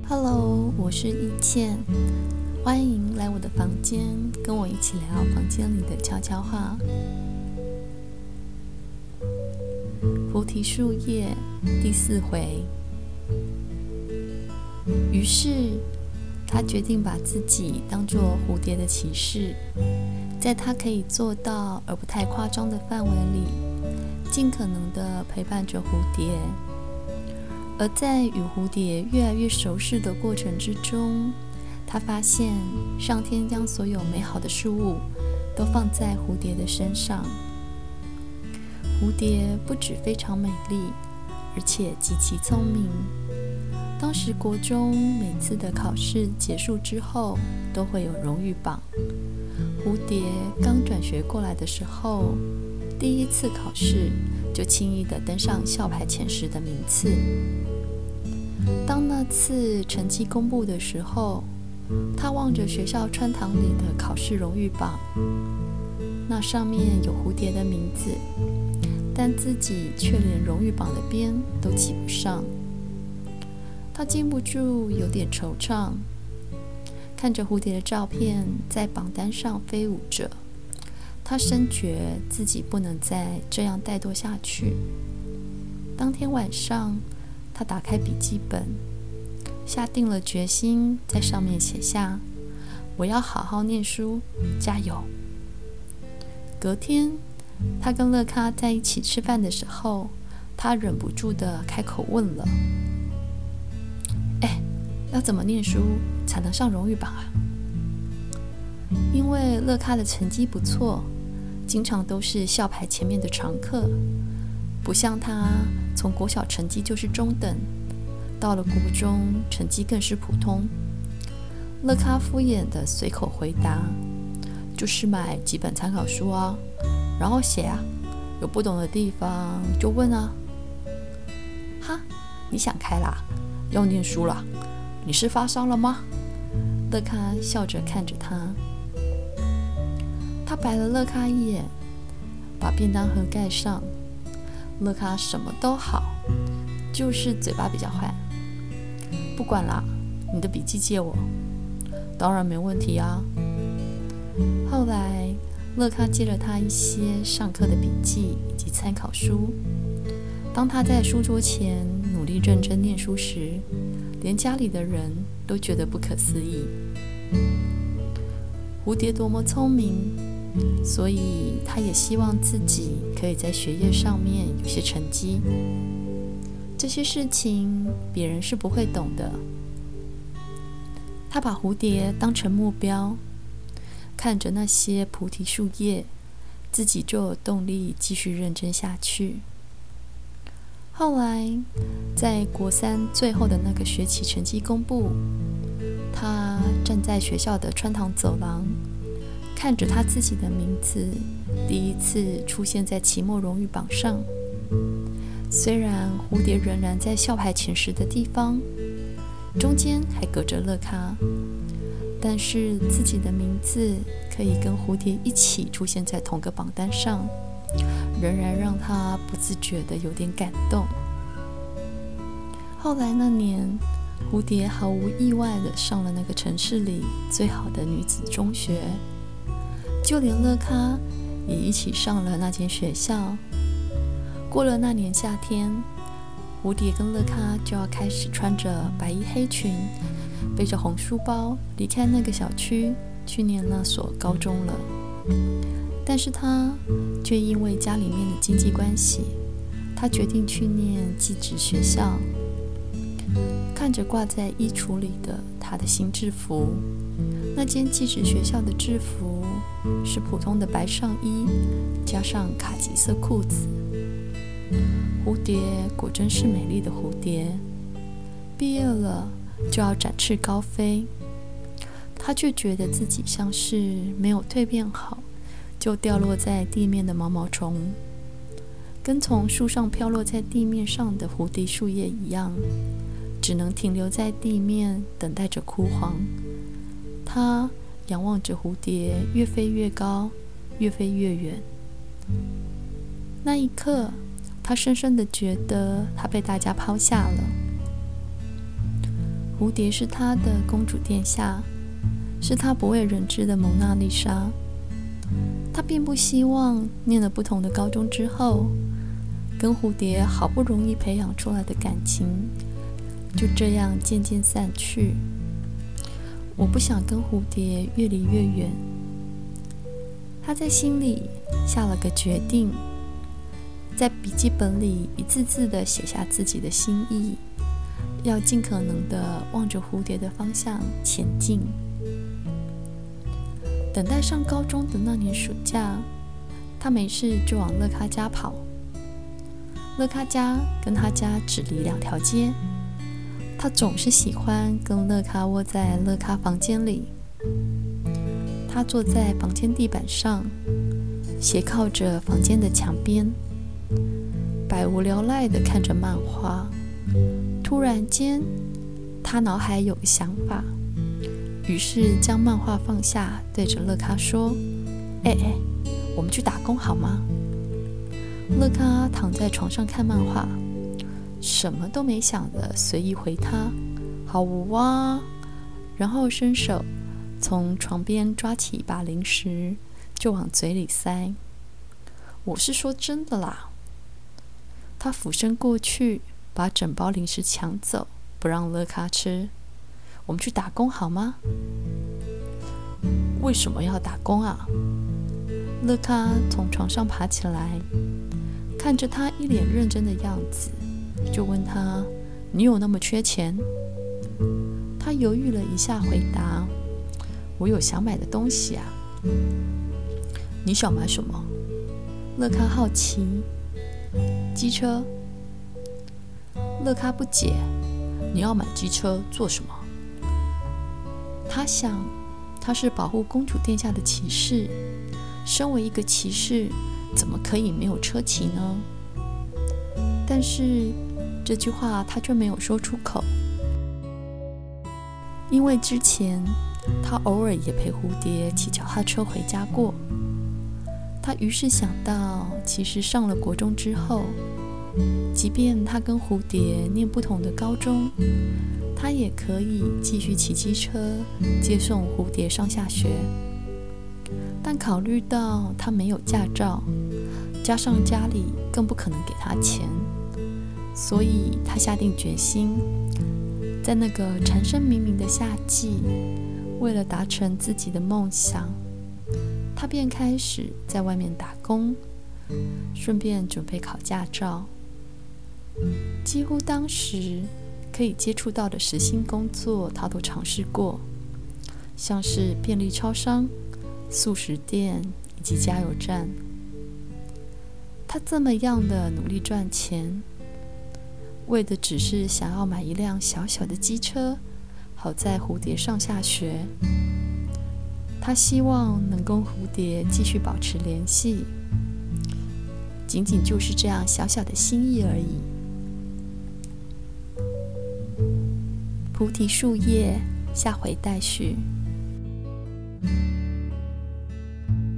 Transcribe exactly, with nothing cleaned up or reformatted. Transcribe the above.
Hello， 我是易倩，欢迎来我的房间，跟我一起聊房间里的悄悄话。菩提树叶第四回。于是他决定把自己当作蝴蝶的骑士，在他可以做到而不太夸张的范围里，尽可能地陪伴着蝴蝶。而在与蝴蝶越来越熟识的过程之中，他发现上天将所有美好的事物都放在蝴蝶的身上。蝴蝶不只非常美丽，而且极其聪明。当时国中每次的考试结束之后，都会有荣誉榜。蝴蝶刚转学过来的时候，第一次考试就轻易地登上校排前十的名次。当那次成绩公布的时候，他望着学校穿堂里的考试荣誉榜，那上面有蝴蝶的名字，但自己却连荣誉榜的边都挤不上。他禁不住有点惆怅，看着蝴蝶的照片在榜单上飞舞着，他深觉自己不能再这样怠惰下去。当天晚上，他打开笔记本，下定了决心，在上面写下：我要好好念书，加油。隔天，他跟乐咖在一起吃饭的时候，他忍不住的开口问了：哎，要怎么念书才能上荣誉榜啊？因为乐咖的成绩不错，经常都是校排前面的常客，不像他从国小成绩就是中等，到了国中成绩更是普通。乐咖敷衍的随口回答：就是买几本参考书啊，然后写啊，有不懂的地方就问啊。哈，你想开啦，要念书啦，你是发烧了吗？乐咖笑着看着他。他白了乐咖一眼，把便当盒盖上。乐咖什么都好，就是嘴巴比较坏。不管啦，你的笔记借我。当然没问题啊。后来乐咖借了他一些上课的笔记以及参考书。当他在书桌前努力认真念书时，连家里的人都觉得不可思议。蝴蝶多么聪明，所以他也希望自己可以在学业上面有些成绩。这些事情别人是不会懂的。他把蝴蝶当成目标，看着那些菩提树叶，自己就有动力继续认真下去。后来在国三最后的那个学期成绩公布，他站在学校的穿堂走廊，看着他自己的名字第一次出现在期末荣誉榜上。虽然蝴蝶仍然在校排前十的地方，中间还隔着乐咖，但是自己的名字可以跟蝴蝶一起出现在同个榜单上，仍然让他不自觉的有点感动。后来那年，蝴蝶毫无意外的上了那个城市里最好的女子中学，就连乐咖也一起上了那间学校。过了那年夏天，蝴蝶跟乐咖就要开始穿着白衣黑裙，背着红书包离开那个小区，去念那所高中了。但是他却因为家里面的经济关系，他决定去念技职学校。看着挂在衣橱里的他的新制服，那间技职学校的制服是普通的白上衣，加上卡其色裤子。蝴蝶果真是美丽的蝴蝶，毕业了就要展翅高飞。他却觉得自己像是没有蜕变好就掉落在地面的毛毛虫，跟从树上飘落在地面上的蝴蝶树叶一样，只能停留在地面，等待着枯黄。他仰望着蝴蝶越飞越高，越飞越远。那一刻，他深深地觉得他被大家抛下了。 蝴蝶是他的公主殿下，是他不为人知的蒙娜丽莎。他并不希望念了不同的高中之后，跟蝴蝶好不容易培养出来的感情就这样渐渐散去。我不想跟蝴蝶越离越远。他在心里下了个决定，在笔记本里一字字地写下自己的心意，要尽可能地望着蝴蝶的方向前进。等待上高中的那年暑假，他没事就往乐咖家跑。乐咖家跟他家只离两条街，他总是喜欢跟乐咖窝在乐咖房间里。他坐在房间地板上，斜靠着房间的墙边，百无聊赖地看着漫画。突然间，他脑海有个想法，于是将漫画放下，对着乐咖说：“哎哎，我们去打工好吗？”乐咖躺在床上看漫画，什么都没想的随意回他：“好哇！”然后伸手从床边抓起一把零食，就往嘴里塞。我是说真的啦。他俯身过去，把整包零食抢走，不让乐咖吃。我们去打工好吗？为什么要打工啊？乐咖从床上爬起来，看着他一脸认真的样子，就问他：“你有那么缺钱？”他犹豫了一下，回答：“我有想买的东西啊。”你想买什么？乐咖好奇。机车。乐咖不解，你要买机车做什么？他想，他是保护公主殿下的骑士，身为一个骑士，怎么可以没有车骑呢？但是这句话他却没有说出口，因为之前他偶尔也陪蝴蝶骑脚踏车回家过。他于是想到，其实上了国中之后，即便他跟蝴蝶念不同的高中，他也可以继续骑机车接送蝴蝶上下学。但考虑到他没有驾照，加上家里更不可能给他钱，所以他下定决心，在那个蝉声冥冥的夏季，为了达成自己的梦想，他便开始在外面打工，顺便准备考驾照。几乎当时可以接触到的时薪工作，他都尝试过，像是便利超商、速食店以及加油站。他这么样的努力赚钱，为的只是想要买一辆小小的机车，好载蝴蝶上下学。他希望能跟蝴蝶继续保持联系，仅仅就是这样小小的心意而已。菩提树叶，下回待续。